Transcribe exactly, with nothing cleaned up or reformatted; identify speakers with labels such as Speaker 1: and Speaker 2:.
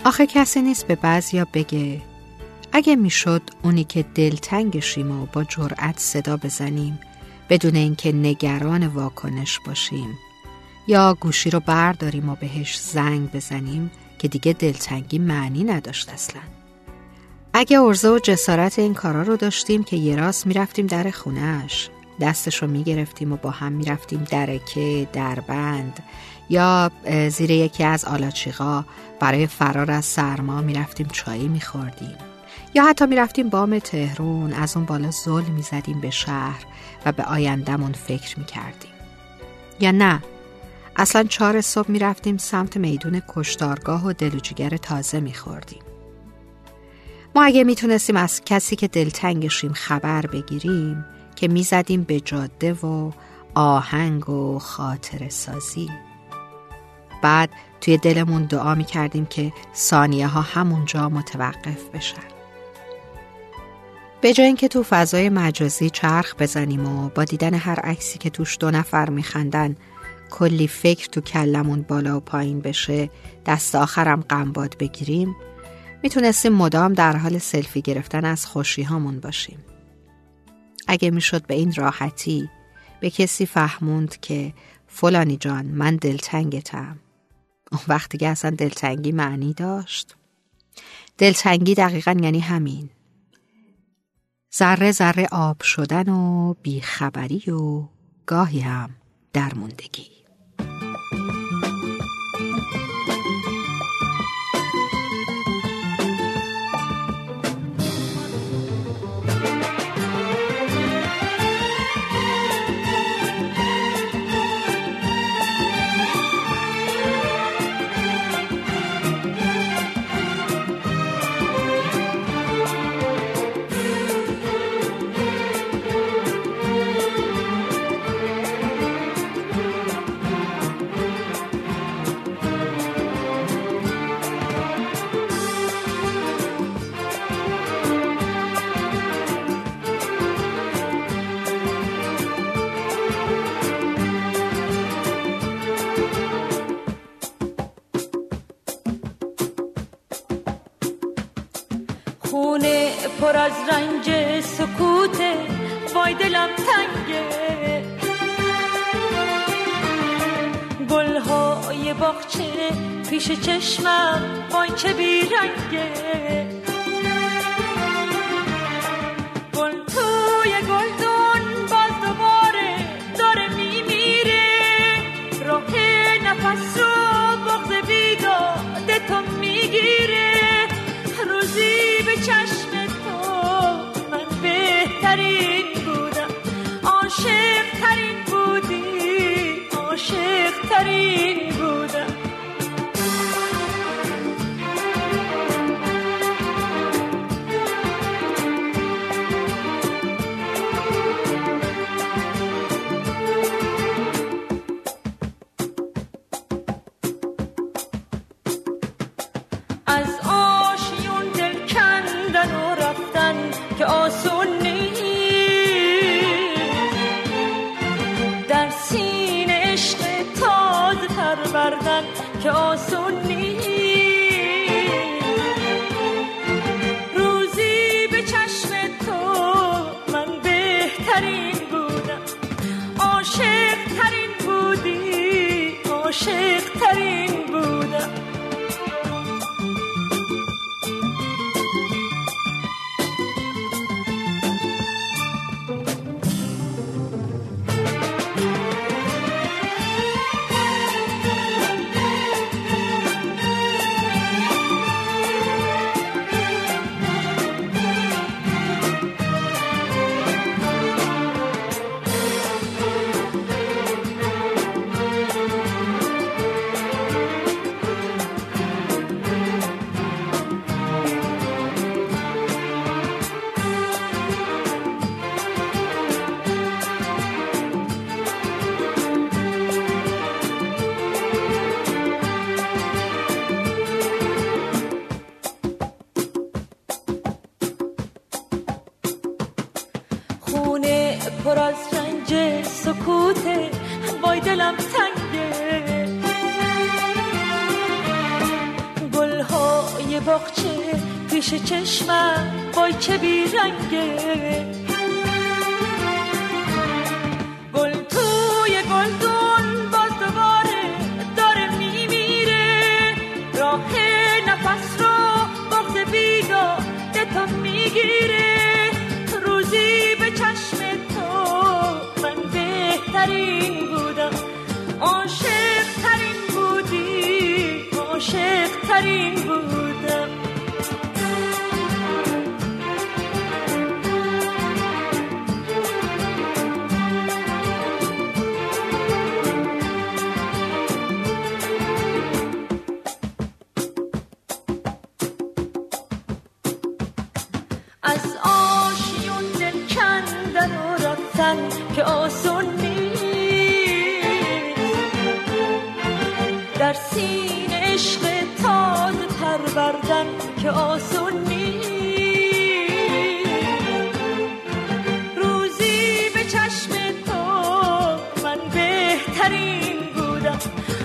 Speaker 1: آخه کسی نیست به بعضیا بگه اگه میشد اونی که دلتنگشیم و با جرأت صدا بزنیم بدون اینکه نگران واکنش باشیم، یا گوشی رو برداریم و بهش زنگ بزنیم که دیگه دلتنگی معنی نداشت اصلا. اگه عرضه و جسارت این کارا رو داشتیم که یه راست میرفتیم در خونهش، دستش رو میگرفتیم و با هم میرفتیم درکه، دربند، یا زیر یکی از آلاچیقا برای فرار از سرما میرفتیم چایی میخوردیم، یا حتی میرفتیم بام تهران از اون بالا زل میزدیم به شهر و به آیندمون فکر میکردیم. یا نه، اصلا چهار صبح میرفتیم سمت میدون کشتارگاه و دل و جگر تازه میخوردیم. ما اگه میتونستیم از کسی که دلتنگشیم خبر بگیریم که میزدیم به جاده و آهنگ و خاطره سازی. بعد توی دلمون دعا میکردیم که ثانیه ها همونجا متوقف بشن. به جای اینکه تو فضای مجازی چرخ بزنیم و با دیدن هر عکسی که توش دو نفر میخندن کلی فکر تو کلمون بالا و پایین بشه، دست آخرم غمباد بگیریم، میتونستیم مدام در حال سلفی گرفتن از خوشی هامون باشیم. اگه میشد به این راحتی به کسی فهموند که فلانی جان من دلتنگتم، اون وقتی که اصلا دلتنگی معنی داشت. دلتنگی دقیقاً یعنی همین، ذره ذره آب شدن و بیخبری و گاهی هم درموندگی.
Speaker 2: خونه پر از رنج سکوته، وای دلم تنگه، گلهای باغچه پیش چشمم وای چه بیرنگه، گل توی گلدون باز دوباره داره میمیره، راه نفس رو بغض بیداد تو میگیره، روزی به چشم تو من بهترین بودم، عاشق ترین بودی، عاشق ترین بودم. از آشیون دل کندن و رفتن که آسون نیست، در سینه عشق تازه تر بردن که آسون نیست، روزی به چشم تو من بهترین بودم، عاشق ترین بودی، عاشق ترین بودم. پر از رنج سکوته، وای دلم تنگه، گلهای توی باغچه پیش چشمم وای چه بیرنگه، گل توی گلدون باز دوباره داره میمیره، راه نفس رو بغض بیداد تو میگیره، روزی به چشم تو من بهترین بودم، عاشق ترین بودی، عاشق ترین بودم. از آشیون دل کندن و رفتن که آسون نیست، در سینه عشق تازه پروردن که آسون نیست، روزی به چشم تو من بهترین بودم،